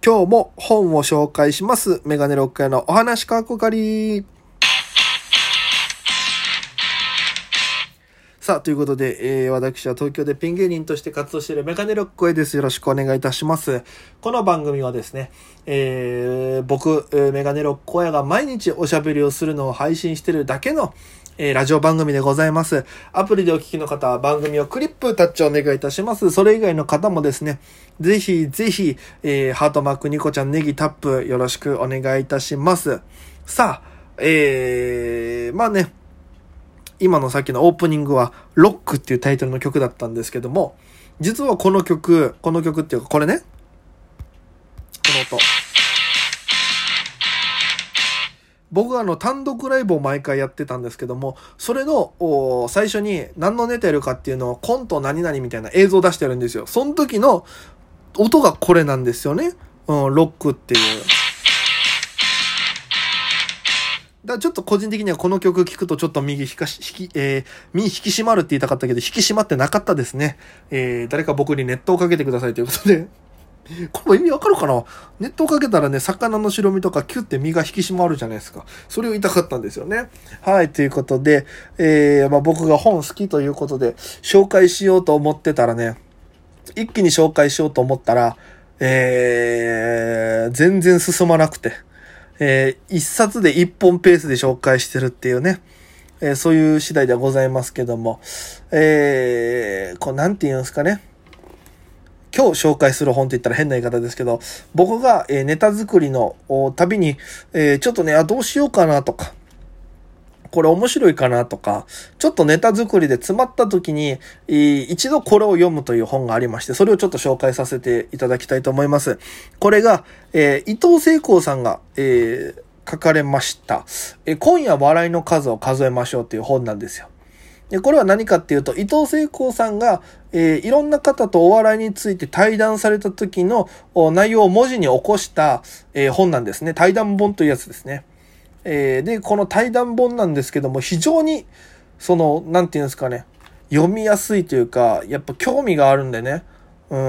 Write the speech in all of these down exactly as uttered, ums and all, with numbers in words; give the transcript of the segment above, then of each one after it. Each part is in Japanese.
今日も本を紹介します。メガネロック屋のお話かっこかり。さあ、ということで、えー、私は東京でピン芸人として活動しているメガネロック屋です。よろしくお願いいたします。この番組はですね、えー、僕、メガネロック屋が毎日おしゃべりをするのを配信しているだけのえー、ラジオ番組でございます。アプリでお聞きの方は番組をクリップタッチお願いいたします。それ以外の方もですね、ぜひぜひ、えー、ハートマークニコちゃんネギタップよろしくお願いいたします。さあ、えー、まあね、今のさっきのオープニングはロックっていうタイトルの曲だったんですけども、実はこの曲、この曲っていうかこれね、この音。僕はあの単独ライブを毎回やってたんですけども、それの最初に何のネタやるかっていうのをコント何々みたいな映像を出してるんですよ。その時の音がこれなんですよね。うん、ロックっていう。だからちょっと個人的にはこの曲聴くとちょっと右引かし、引き、えー、身引き締まるって言いたかったけど、引き締まってなかったですね。えー、誰か僕にネットをかけてくださいということで。これも意味わかるかな？ネットをかけたらね、魚の白身とかキュッて身が引き締まるじゃないですか。それを言いたかったんですよね。はい、ということで、えー、まあ僕が本好きということで、紹介しようと思ってたらね、一気に紹介しようと思ったら、えー、全然進まなくて、えー、一冊で一本ペースで紹介してるっていうね、えー、そういう次第ではございますけども、えー、こうなんて言うんですかね。今日紹介する本って言ったら変な言い方ですけど、僕が、えー、ネタ作りの旅に、えー、ちょっとね、あ、どうしようかなとか、これ面白いかなとか、ちょっとネタ作りで詰まった時に、えー、一度これを読むという本がありまして、それをちょっと紹介させていただきたいと思います。これが、えー、伊藤聖光さんが、えー、書かれました、えー、今夜笑いの数を数えましょうという本なんですよ。で、これは何かっていうと、伊藤聖光さんが、えー、いろんな方とお笑いについて対談された時の内容を文字に起こした、えー、本なんですね。対談本というやつですね。えー、で、この対談本なんですけども、非常に、その、なんていうんですかね、読みやすいというか、やっぱ興味があるんでね、うん、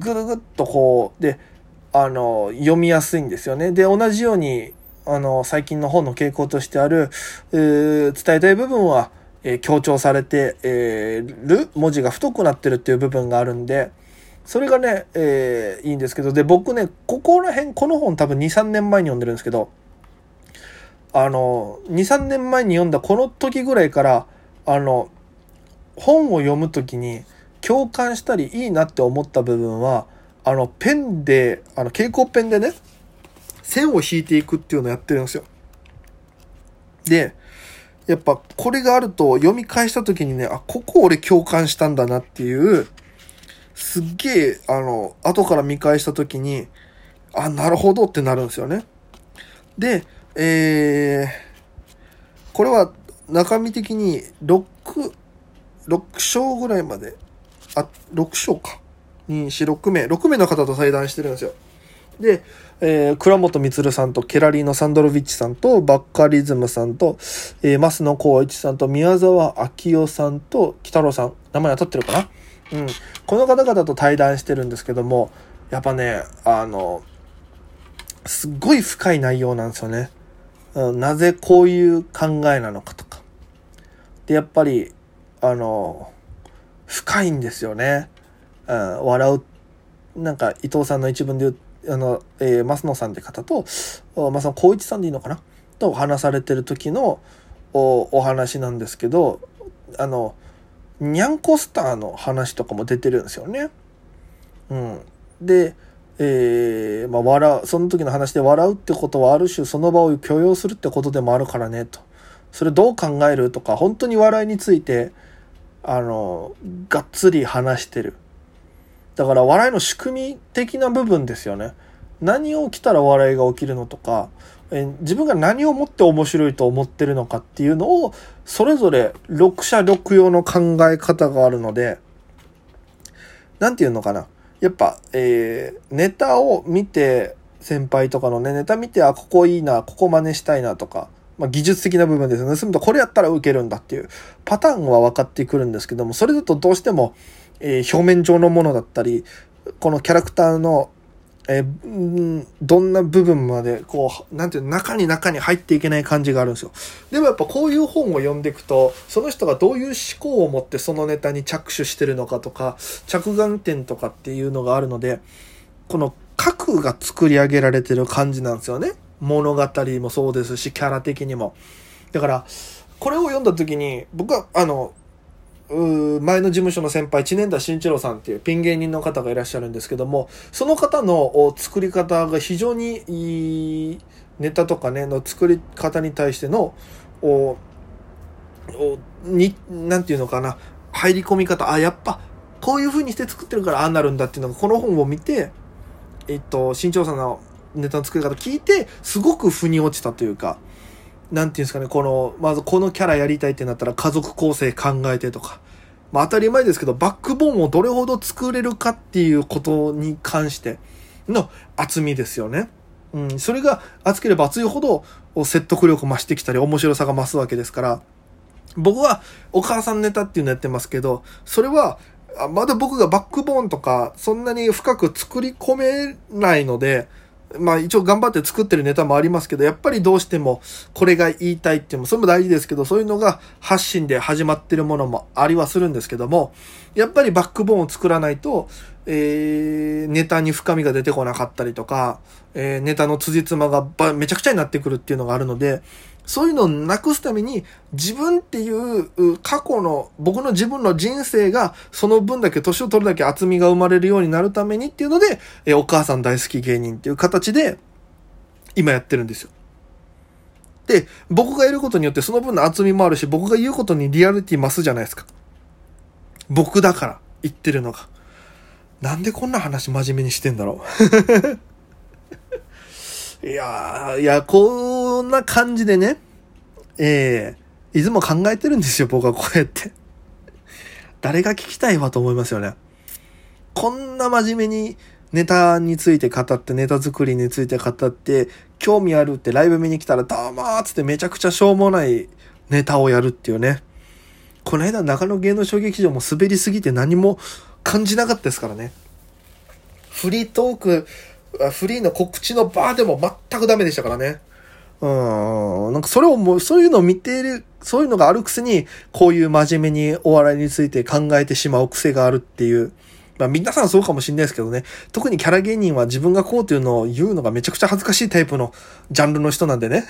ぐるぐっとこう、で、あの、読みやすいんですよね。で、同じように、あの、最近の本の傾向としてある、伝えたい部分は、えー、強調されて、えー、る文字が太くなってるっていう部分があるんで、それがね、えー、いいんですけど、で、僕ね、ここら辺、この本多分に、さんねんまえに読んでるんですけど、あの、に、さんねんまえに読んだこの時ぐらいから、あの、本を読むときに共感したりいいなって思った部分は、あの、ペンで、あの、蛍光ペンでね、線を引いていくっていうのをやってるんですよ。で、やっぱこれがあると読み返した時にね、あ、ここ俺共感したんだなっていう、すっげえ、あの、後から見返した時に、あ、なるほどってなるんですよね。で、えー、これは中身的にろく、ろく章ぐらいまで、あ、ろく章か。に、よん、ろく名、ろく名の方と対談してるんですよ。で、えー、倉本充さんとケラリーノ・サンドロビッチさんとバッカリズムさんと、えー、増野光一さんと宮沢明夫さんと北郎さん、名前当たってるかな、うん、この方々と対談してるんですけども、やっぱね、あのすっごい深い内容なんですよね、うん、なぜこういう考えなのかとかで、やっぱりあの深いんですよね、うん、笑う、なんか伊藤さんの一文で言うあの、えー、増野さんって方と、増野光一さんでいいのかなと話されてる時の お, お話なんですけど、あの、ニャンコスターの話とかも出てるんですよね。うん。で、えー、まあ、笑う、その時の話で笑うってことはある種その場を許容するってことでもあるからね、と。それどう考えるとか、本当に笑いについて、あの、がっつり話してる。だから笑いの仕組み的な部分ですよね。何を起きたら笑いが起きるのとか、え自分が何をもって面白いと思ってるのかっていうのを、それぞれ六者六様の考え方があるので、なんていうのかな。やっぱ、えー、ネタを見て、先輩とかのね、ネタ見て、あ、ここいいな、ここ真似したいなとか、まあ、技術的な部分ですよね。盗むとこれやったら受けるんだっていうパターンは分かってくるんですけども、それだとどうしても、えー、表面上のものだったり、このキャラクターのえー、どんな部分まで、こう、なんていうの、中に中に入っていけない感じがあるんですよ。でもやっぱこういう本を読んでいくと、その人がどういう思考を持ってそのネタに着手してるのかとか、着眼点とかっていうのがあるので、この核が作り上げられてる感じなんですよね。物語もそうですし、キャラ的にも。だから、これを読んだ時に、僕は、あの、う前の事務所の先輩、知念田慎一郎さんっていうピン芸人の方がいらっしゃるんですけども、その方の作り方が非常にいいネタとかね、の作り方に対しての、おおに、なんていうのかな、入り込み方、あ、やっぱ、こういう風にして作ってるからああなるんだっていうのが、この本を見て、えっと、慎一郎さんのネタの作り方聞いて、すごく腑に落ちたというか、なんていうんですかね、この、まずこのキャラやりたいってなったら家族構成考えてとか、まあ当たり前ですけど、バックボーンをどれほど作れるかっていうことに関しての厚みですよね。うん、それが厚ければ厚いほど説得力増してきたり面白さが増すわけですから、僕はお母さんネタっていうのやってますけど、それは、まだ僕がバックボーンとかそんなに深く作り込めないので、まあ一応頑張って作ってるネタもありますけど、やっぱりどうしてもこれが言いたいっていうのも、それも大事ですけど、そういうのが発信で始まってるものもありはするんですけども、やっぱりバックボーンを作らないと、えー、ネタに深みが出てこなかったりとか、えー、ネタの辻褄がめちゃくちゃになってくるっていうのがあるので、そういうのをなくすために、自分っていう過去の、僕の自分の人生がその分だけ年を取るだけ厚みが生まれるようになるためにっていうので、えお母さん大好き芸人っていう形で今やってるんですよ。で、僕がやることによってその分の厚みもあるし、僕が言うことにリアリティ増すじゃないですか。僕だから言ってるのが。なんでこんな話真面目にしてんだろう。いやー、いや、こんな感じでね、ええー、いつも考えてるんですよ、僕はこうやって。誰が聞きたいわと思いますよね。こんな真面目にネタについて語って、ネタ作りについて語って、興味あるってライブ見に来たら、どうもーつってめちゃくちゃしょうもないネタをやるっていうね。この間中野芸能小劇場も滑りすぎて何も感じなかったですからね。フリートーク、フリーの告知のバーでも全くダメでしたからね。うん。なんかそれをもう、そういうのを見ている、そういうのがあるくせに、こういう真面目にお笑いについて考えてしまう癖があるっていう。まあ皆さんそうかもしれないですけどね。特にキャラ芸人は自分がこうというのを言うのがめちゃくちゃ恥ずかしいタイプのジャンルの人なんでね。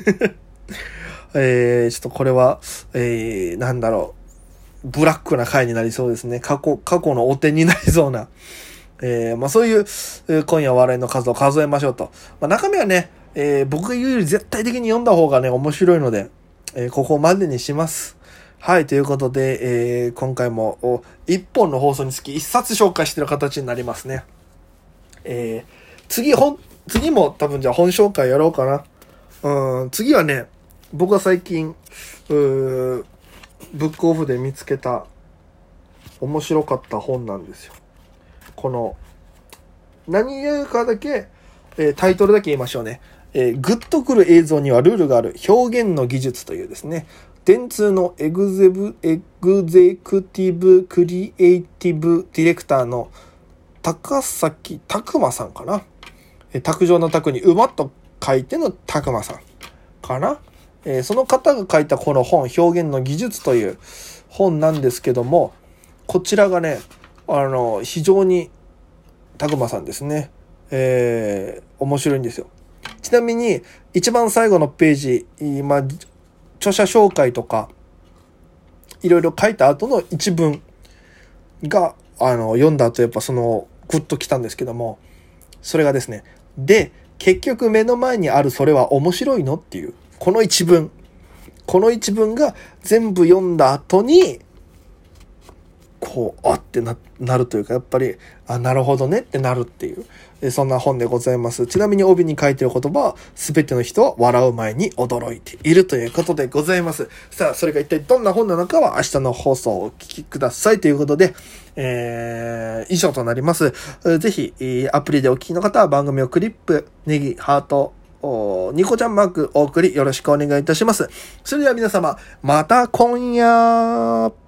えー、ちょっとこれは、えー、なんだろう。ブラックな回になりそうですね。過去、過去の汚点になりそうな。えー、まあそういう、えー、今夜笑いの数を数えましょうと。まあ中身はね、えー、僕が言うより絶対的に読んだ方がね、面白いので、えー、ここまでにします。はい、ということで、えー、今回もいっぽんの放送につきいっさつ紹介している形になりますね。えー、次、本、次も多分じゃあ本紹介やろうかな。うん、次はね、僕が最近、うーブックオフで見つけた面白かった本なんですよ。この、何言うかだけ、えー、タイトルだけ言いましょうね。えー、グッとくる映像にはルールがある表現の技術というですね、電通のエグゼブ、エグゼクティブクリエイティブディレクターの高崎拓馬さんかな。えー、卓上の卓に馬と書いての拓馬さんかな。えー、その方が書いたこの本、表現の技術という本なんですけども、こちらがね、あの、非常に拓馬さんですね。えー、面白いんですよ。ちなみに、一番最後のページ、まあ、著者紹介とか、いろいろ書いた後の一文が、あの、読んだ後やっぱその、グッときたんですけども、それがですね、で、結局目の前にあるそれは面白いのっていう、この一文、この一文が全部読んだ後に、こう、あってな、なるというか、やっぱり、あ、なるほどねってなるっていう、えそんな本でございます。ちなみに帯に書いてる言葉は、すべての人は笑う前に驚いているということでございます。さあ、それが一体どんな本なのかは明日の放送をお聞きくださいということで、えー、以上となります。ぜひ、アプリでお聞きの方は番組をクリップ、ネギ、ハート、ニコちゃんマークお送りよろしくお願いいたします。それでは皆様、また今夜。